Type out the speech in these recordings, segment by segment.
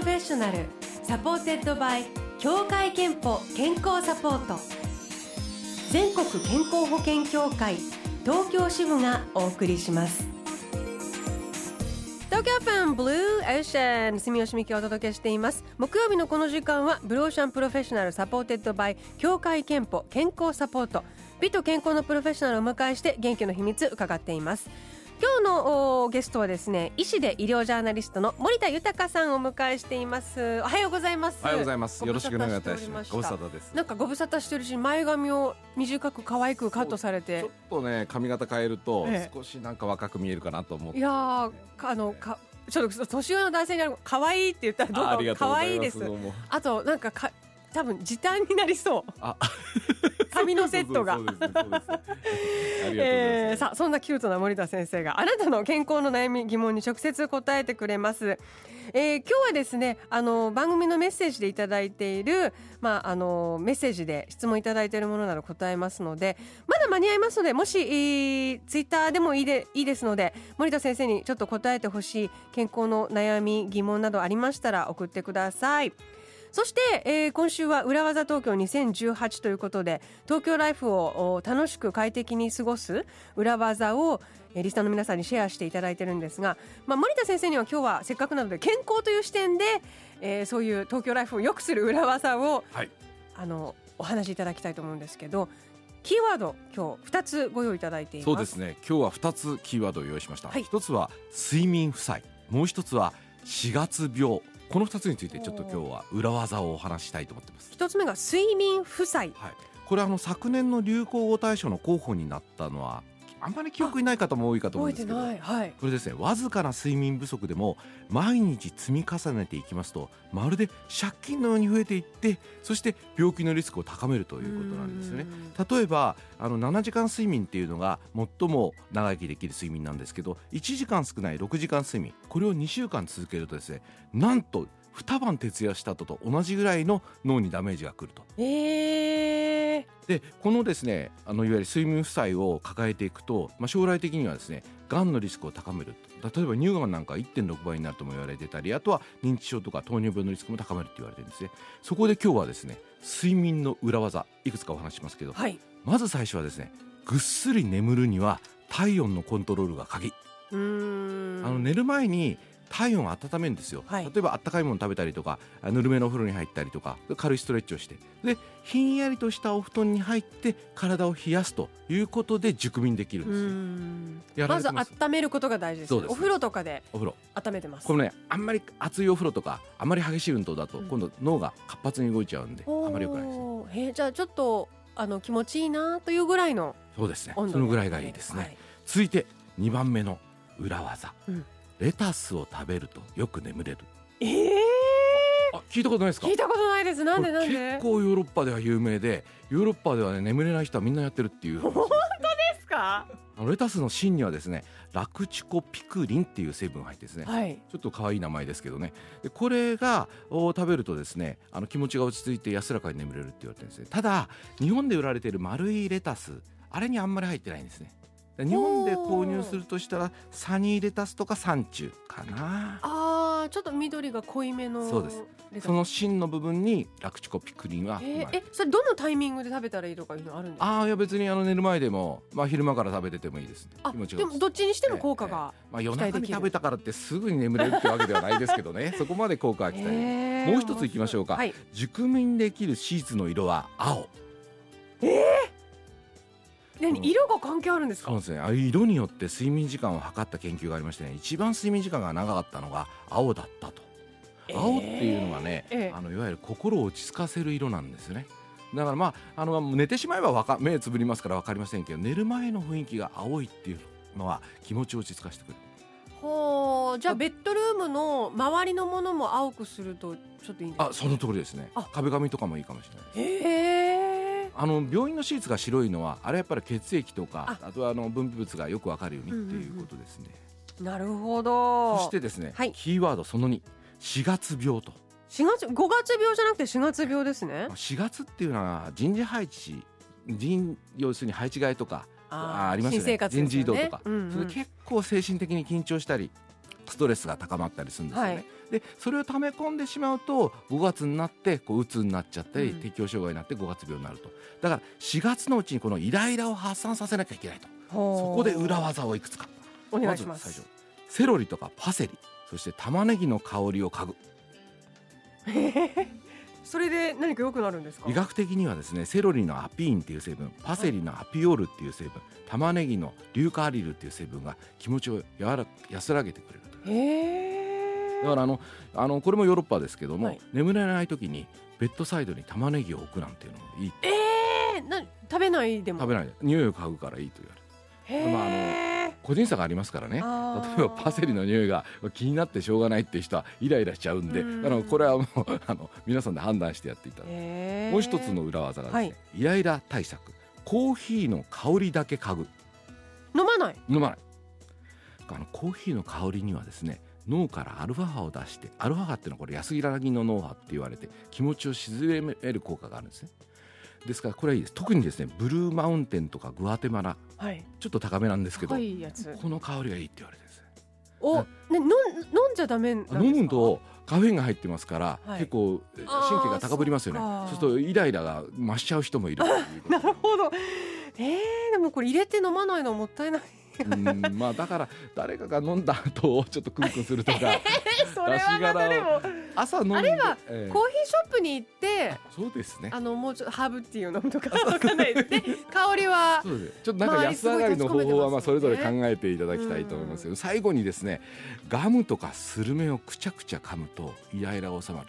ロフェッショナルサポーテッドバイ協会憲法健康サポート、全国健康保険協会東京支部がお送りします。東京ファンブルーオーシャン、住吉美希をお届けしています。木曜日のこの時間はブルーオーシャンプロフェッショナルサポーテッドバイ協会憲法健康サポート、美と健康のプロフェッショナルをお迎えして元気の秘密伺っています。今日のゲストはですね、医師で医療ジャーナリストの森田豊さんをお迎えしています。おはようございます。 おはようございます。よろしくお願いいたします。ご無沙汰です。 なんかご無沙汰してるし、前髪を短く可愛くカットされて、 ちょっとね髪型変えると少しなんか若く見えるかなと思って、 いやちょっと年上の男性に可愛いって言ったらどうか、可愛いです。あとなんか多分時短になりそう。髪のセットがさあ、そんなキュートな森田先生があなたの健康の悩み疑問に直接答えてくれます。今日はですね、番組のメッセージでいただいている、メッセージで質問いただいているものなら答えますので、まだ間に合いますので、もし、ツイッターでもいいですので、森田先生にちょっと答えてほしい健康の悩み疑問などありましたら送ってください。そして、今週は裏技東京2018ということで、東京ライフを楽しく快適に過ごす裏技をリスナーの皆さんにシェアしていただいてるんですが、森田先生には今日はせっかくなので健康という視点で、そういう東京ライフを良くする裏技を、お話しいただきたいと思うんですけど、キーワード今日2つご用意いただいています。 そうですね、今日は2つキーワードを用意しました。1つは睡眠負債、もう1つは4月病。この2つについてちょっと今日は裏技をお話したいと思っています。 1つ目が睡眠負債、 これ昨年の流行語大賞の候補になったのはあんまり記憶にない方も多いかと思うんですけど、これですね、わずかな睡眠不足でも毎日積み重ねていきますと、まるで借金のように増えていって、そして病気のリスクを高めるということなんですね。例えば7時間睡眠っていうのが最も長生きできる睡眠なんですけど、1時間少ない6時間睡眠、これを2週間続けるとですね、なんと2晩徹夜した後と同じぐらいの脳にダメージが来ると。でこのですね、いわゆる睡眠負債を抱えていくと、将来的にはですね、がんのリスクを高めると。例えば乳がんなんか 1.6 倍になるとも言われてたり、あとは認知症とか糖尿病のリスクも高めるって言われてるんですね。そこで今日はですね、睡眠の裏技いくつかお話しますけど、まず最初はですね、ぐっすり眠るには体温のコントロールが鍵。寝る前に体温を温めるんですよ。例えば温かいもの食べたりとか、ぬるめのお風呂に入ったりとか、軽いストレッチをして、でひんやりとしたお布団に入って体を冷やすということで熟眠できるんですよ。 まず温めることが大事です。お風呂とかで温めてます。 これね、あんまり熱いお風呂とかあんまり激しい運動だと、今度脳が活発に動いちゃうんであまり良くないですね。 じゃあちょっと気持ちいいなというぐらいの、 そうですね、そのぐらいがいいですね。続いて2番目の裏技、レタスを食べるとよく眠れる。聞いたことないですか？ 聞いたことないです。なんで結構ヨーロッパでは有名で、ヨーロッパでは、眠れない人はみんなやってるっていう。 本当ですか？ レタスの芯にはですね、ラクチコピクリンっていう成分が入ってですね、ちょっと可愛い名前ですけどね。でこれが食べるとですね、気持ちが落ち着いて安らかに眠れるって言われてるんですね。ただ日本で売られている丸いレタス、あれにあんまり入ってないんですね。日本で購入するとしたらサニーレタスとかサンチュかな。 ちょっと緑が濃いめの。 そうです。その芯の部分にラクチコピクリンはそれどのタイミングで食べたらいいとかいうのあるんですか？ いや別に寝る前でも、昼間から食べててもいいですね。気持ちが。 でもどっちにしても効果が夜中に食べたからってすぐに眠れるってわけではないですけどね。そこまで効果は期待。もう一ついきましょうか。熟眠できるシーツの色は青。 色が関係あるんですか？ そうですね、色によって睡眠時間を測った研究がありましてね、一番睡眠時間が長かったのが青だったと。青っていうのはね、いわゆる心を落ち着かせる色なんですね。だから寝てしまえば目つぶりますから分かりませんけど、寝る前の雰囲気が青いっていうのは気持ちを落ち着かせてくれる。 じゃあベッドルームの周りのものも青くするとちょっといいんですか？ その通りですね。壁紙とかもいいかもしれないです。病院のシーツが白いのは、あれやっぱり血液とか、あとは分泌物がよくわかるようにっていうことですね。 なるほど。 そしてですね、キーワードその2、4月病と。 5月病じゃなくて4月病ですね。 4月っていうのは人事配置、要するに配置換えとかありますよね。人事異動とか、それ結構精神的に緊張したりストレスが高まったりするんですよね、でそれを溜め込んでしまうと5月になってこううつになっちゃったり、適応障害になって5月病になると。だから4月のうちにこのイライラを発散させなきゃいけないと。そこで裏技をいくつかお願いします。 まず最初、セロリとかパセリ、そして玉ねぎの香りを嗅ぐ。 それで何か良くなるんですか？ 医学的にはですね、セロリのアピーンっていう成分、パセリのアピオールっていう成分、玉ねぎのリューカーリルっていう成分が気持ちを安らげてくれるという。だからこれもヨーロッパですけども、眠れない時にベッドサイドに玉ねぎを置くなんていうのもいい。 食べないでも？ 食べないで、匂いを嗅ぐからいいと言われる。個人差がありますからね。例えばパセリの匂いが気になってしょうがないっていう人はイライラしちゃうんで、これはもう皆さんで判断してやっていただく。もう一つの裏技がですね、イライラ対策、コーヒーの香りだけ嗅ぐ。 飲まない。 コーヒーの香りにはですね、脳からアルファ波を出して、アルファ波っていうのはこれ安らぎの脳波って言われて気持ちを鎮める効果があるんですね。ですからこれはいいです。特にですね、ブルーマウンテンとかグアテマラ、ちょっと高めなんですけど、この香りがいいって言われてるんですね。 飲んじゃダメなんですか？ 飲むとカフェインが入ってますから、結構神経が高ぶりますよね。そうするとイライラが増しちゃう人もいる。 なるほど。でもこれ入れて飲まないのもったいない。 だから誰かが飲んだ後ちょっとクンクンするとかそれはまたでも朝飲んで、 あれはコーヒーショップに行って、 そうですね、 もうちょっとハーブティーを飲むとかわかんないで香りはそうです。ちょっとなんか安上がりの方法はそれぞれ考えていただきたいと思いますけど、最後にですね、ガムとかスルメをくちゃくちゃ噛むとイライラが収まる。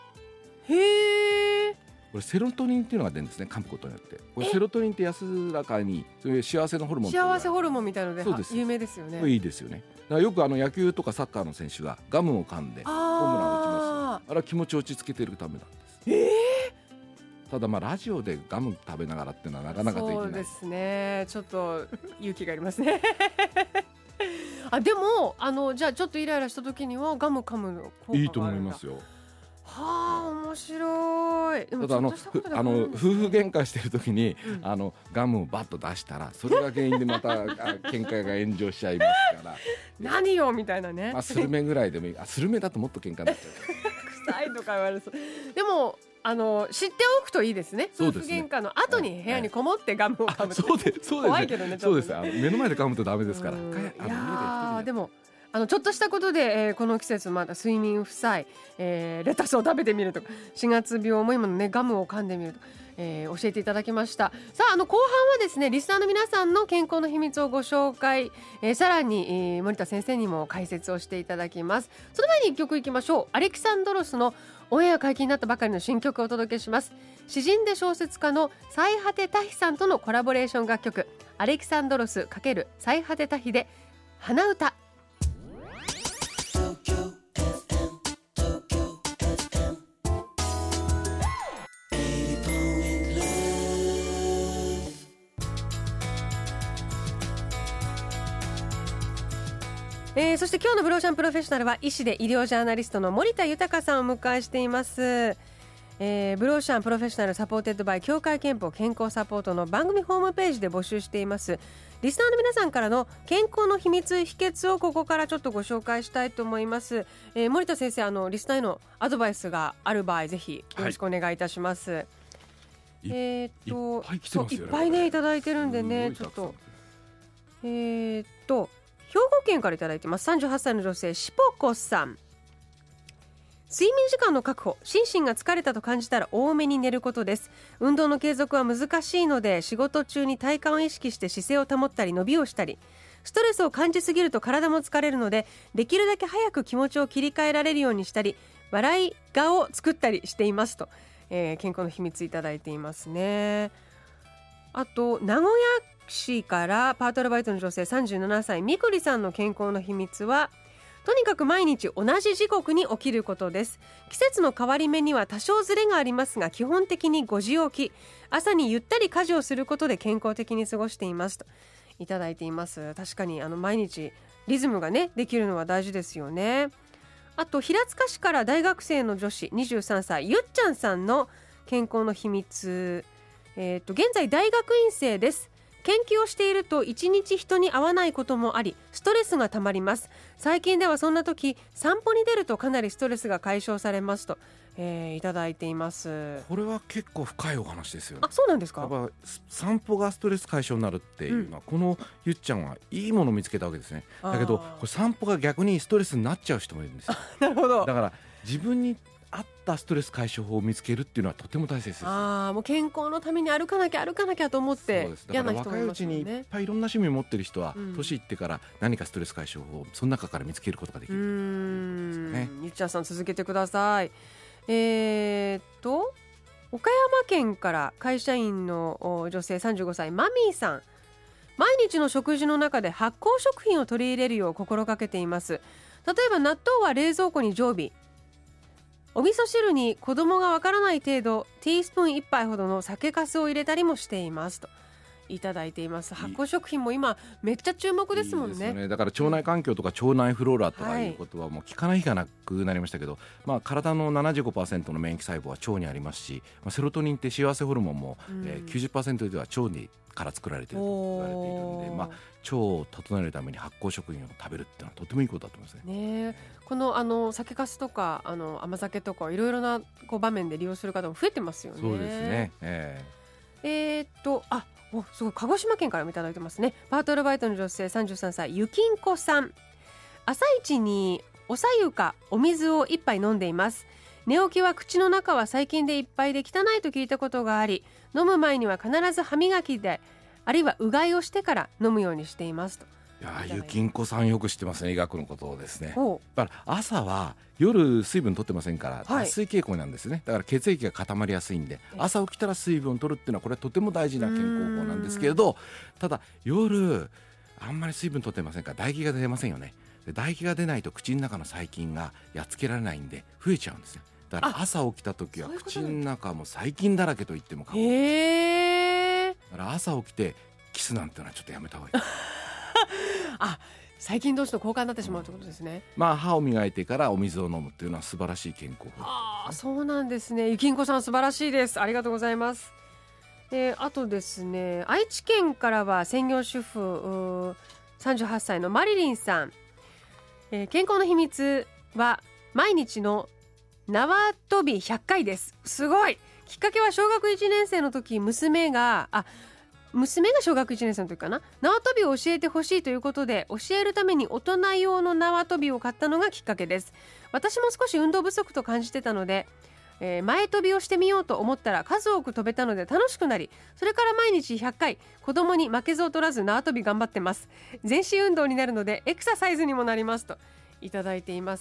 これセロトニンっていうのが出るんですね、噛むことによって。これセロトニンって安らかにそういう幸せのホルモン、 幸せホルモンみたいなので有名ですよね。 いいですよね。だからよく野球とかサッカーの選手がガムを噛んでホームランを打ちます。あれは気持ちを落ち着けてるためなんです。ただラジオでガム食べながらっていうのはなかなかできない。 そうですね、ちょっと勇気がありますね。でもじゃあちょっとイライラした時にはガム噛むの効果があるんだ。 いいと思いますよ。 面白い。 ただ夫婦喧嘩してる時に、ガムをバッと出したらそれが原因でまた喧嘩が炎上しちゃいますから何よみたいなね。 スルメぐらいでもいい。スルメだともっと喧嘩になっちゃう。 臭いとか言われそう。でも知っておくといいですね。夫婦喧嘩の後に部屋にこもってガムを噛む。 そうです。 怖いけどね。 そうです。目の前で噛むとダメですから。 でもちょっとしたことで、この季節まだ睡眠負債、レタスを食べてみるとか、4月病も今のねガムを噛んでみると、教えていただきました。さあ後半はですね、リスナーの皆さんの健康の秘密をご紹介、さらに、森田先生にも解説をしていただきます。その前に1曲いきましょう。アレキサンドロスのオンエア解禁になったばかりの新曲をお届けします。詩人で小説家の最果てタヒさんとのコラボレーション楽曲、アレキサンドロス×最果てタヒで花歌。そして今日のブローシャンプロフェッショナルは医師で医療ジャーナリストの森田豊さんをお迎えしています。ブローシャンプロフェッショナルサポーテッドバイ協会憲法健康サポートの番組ホームページで募集しています。リスナーの皆さんからの健康の秘密秘訣をここからちょっとご紹介したいと思います。森田先生、リスナーへのアドバイスがある場合ぜひよろしくお願いいたします。いっぱいねいただいてるんでね、ちょっと兵庫県からいただいてます。38歳の女性しぽこさん。睡眠時間の確保、心身が疲れたと感じたら多めに寝ることです。運動の継続は難しいので、仕事中に体幹を意識して姿勢を保ったり伸びをしたり、ストレスを感じすぎると体も疲れるので、できるだけ早く気持ちを切り替えられるようにしたり、笑い顔を作ったりしていますと、健康の秘密いただいていますね。あと名古屋市からパートアルバイトの女性37歳みくりさんの健康の秘密は、とにかく毎日同じ時刻に起きることです。季節の変わり目には多少ずれがありますが、基本的に5時起き、朝にゆったり家事をすることで健康的に過ごしていますといただいています。確かに毎日リズムがねできるのは大事ですよね。あと平塚市から大学生の女子23歳ゆっちゃんさんの健康の秘密、現在大学院生です。 研究をしていると一日人に会わないこともありストレスがたまります。最近ではそんな時散歩に出るとかなりストレスが解消されますと、いただいています。 これは結構深いお話ですよね。 あ、そうなんですか。 やっぱ散歩がストレス解消になるっていうのは、このゆっちゃんはいいものを見つけたわけですね。だけどこれ散歩が逆にストレスになっちゃう人もいるんですよ。 なるほど。 だから自分に合ったストレス解消法を見つけるっていうのはとても大切です。 もう健康のために歩かなきゃと思って嫌な人もいますもんね。 若いうちにいっぱいいろんな趣味を持ってる人は、年いってから何かストレス解消法をその中から見つけることができる、 ゆっちゃんさん続けてください。岡山県から会社員の女性35歳マミーさん。毎日の食事の中で発酵食品を取り入れるよう心がけています。例えば納豆は冷蔵庫に常備、お味噌汁に子供がわからない程度ティースプーン1杯ほどの酒粕を入れたりもしていますといただいています。発酵食品も今めっちゃ注目ですもん ね。いいですよね。 だから腸内環境とか腸内フローラとかいうことはもう聞かない日がなくなりましたけど、体の 75% の免疫細胞は腸にありますし、セロトニンって幸せホルモンも、90% では腸にから作られていると言われているので、腸を整えるために発酵食品を食べるっていうのはとてもいいことだと思いますね。 この酒粕とか甘酒とかいろいろな場面で利用する方も増えてますよね。 そうですね。 すごい鹿児島県からもいただいてますね。パートアルバイトの女性33歳ゆきんこさん。朝一におさゆかお水を1杯飲んでいます。寝起きは口の中は細菌でいっぱいで汚いと聞いたことがあり、飲む前には必ず歯磨きであるいはうがいをしてから飲むようにしていますと。 いやゆきんこさんよく知ってますね、医学のことをですね。だから朝は夜水分取ってませんから脱水傾向なんですね。だから血液が固まりやすいんで、朝起きたら水分を取るっていうのはこれはとても大事な健康法なんですけれど、ただ夜あんまり水分取ってませんから唾液が出ませんよね。で唾液が出ないと口の中の細菌がやっつけられないんで増えちゃうんですね。だから朝起きた時は口の中も細菌だらけと言っても過言です。だから朝起きてキスなんてのはちょっとやめた方がいい細菌同士の交換になってしまうということですね。 歯を磨いてからお水を飲むっていうのは素晴らしい健康法。 そうなんですね。ゆきんこさん素晴らしいです。ありがとうございます。あとですね、愛知県からは専業主婦38歳のマリリンさん。健康の秘密は毎日の縄跳び100回です。すごい。きっかけは小学1年生の時娘が小学1年生の時かな、縄跳びを教えてほしいということで教えるために大人用の縄跳びを買ったのがきっかけです。私も少し運動不足と感じてたので、前跳びをしてみようと思ったら数多く飛べたので楽しくなり、それから毎日100回子供に負けず劣らず縄跳び頑張ってます。全身運動になるのでエクササイズにもなりますといただいています。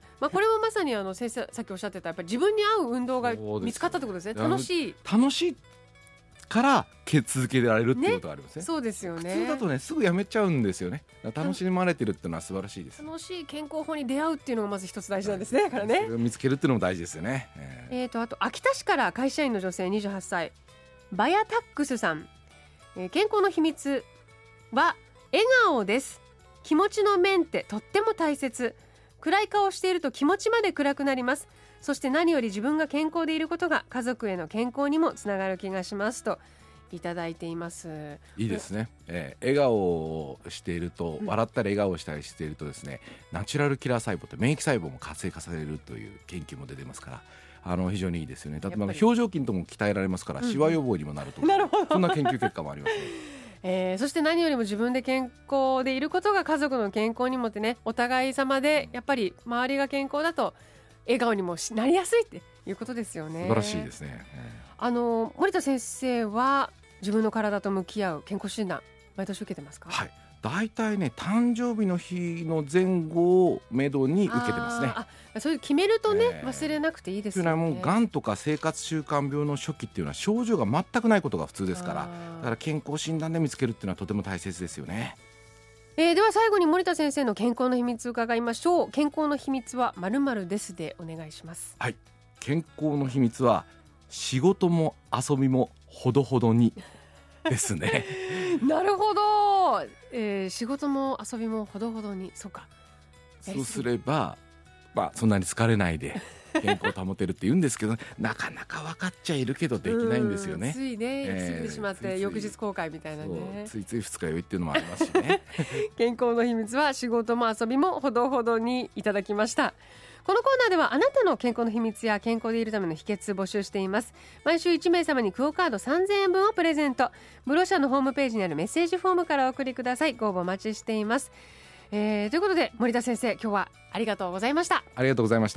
これもまさに先生さっきおっしゃってたやっぱり自分に合う運動が見つかったってことですね。楽しいから続けられるっていうことがありますね。 そうですよね。 普通だとねすぐやめちゃうんですよね。楽しまれてるっていうのは素晴らしいです。 楽しい健康法に出会うっていうのがまず一つ大事なんですね。だからね、 それを見つけるっていうのも大事ですよね。 あと秋田市から会社員の女性28歳バヤタックスさん。健康の秘密は笑顔です。気持ちの面ってとっても大切。暗い顔をしていると気持ちまで暗くなります。そして何より自分が健康でいることが家族への健康にもつながる気がしますといただいています。 いいですね。笑顔をしていると、笑ったり笑顔をしたりしているとですね、ナチュラルキラー細胞って免疫細胞も活性化されるという研究も出てますから、非常にいいですよね。例えば表情筋とも鍛えられますから、シワ予防にもなると、そんな研究結果もありますね。 そして何よりも自分で健康でいることが家族の健康にもってね、お互い様でやっぱり周りが健康だと笑顔にもなりやすいっていうことですよね。 素晴らしいですね。 森田先生は自分の体と向き合う健康診断毎年受けてますか？ はい、だいたいね誕生日の日の前後をめどに受けてますね。 そういう決めるとね、忘れなくていいですよね。 もうがんとか生活習慣病の初期っていうのは症状が全くないことが普通ですから、だから健康診断で見つけるっていうのはとても大切ですよね。 では最後に森田先生の健康の秘密を伺いましょう。健康の秘密は〇〇ですでお願いします。 はい、健康の秘密は仕事も遊びもほどほどにですね。 なるほど、仕事も遊びもほどほどに。そうか。 そうすれば、そんなに疲れないで健康を保てるって言うんですけど、なかなか分かっちゃいるけどできないんですよね。 ついね行き過ぎてしまって、翌日後悔みたいなね。 ついつい二日酔いっていうのもありますしね健康の秘密は仕事も遊びもほどほどにいただきました。このコーナーではあなたの健康の秘密や健康でいるための秘訣募集しています。毎週1名様にクオカード3000円分をプレゼント。ブロシャのホームページにあるメッセージフォームからお送りください。ご応募お待ちしています。ということで森田先生、今日はありがとうございました。 ありがとうございました。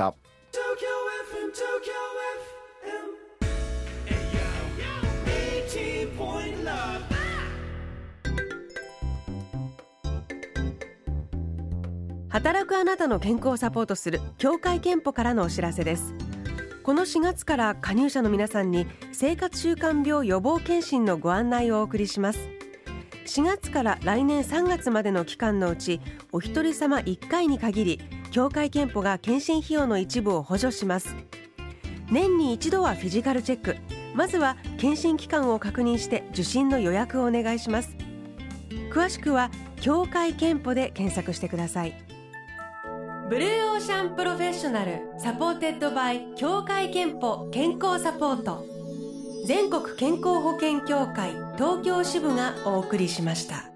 働くあなたの健康をサポートする協会憲法からのお知らせです。この4月から加入者の皆さんに生活習慣病予防検診のご案内をお送りします。4月から来年3月までの期間のうち、お一人様1回に限り協会憲法が検診費用の一部を補助します。年に一度はフィジカルチェック、まずは検診期間を確認して受診の予約をお願いします。詳しくは協会憲法で検索してください。ブルーオーシャンプロフェッショナルサポーテッドバイ協会憲法健康サポート、全国健康保険協会東京支部がお送りしました。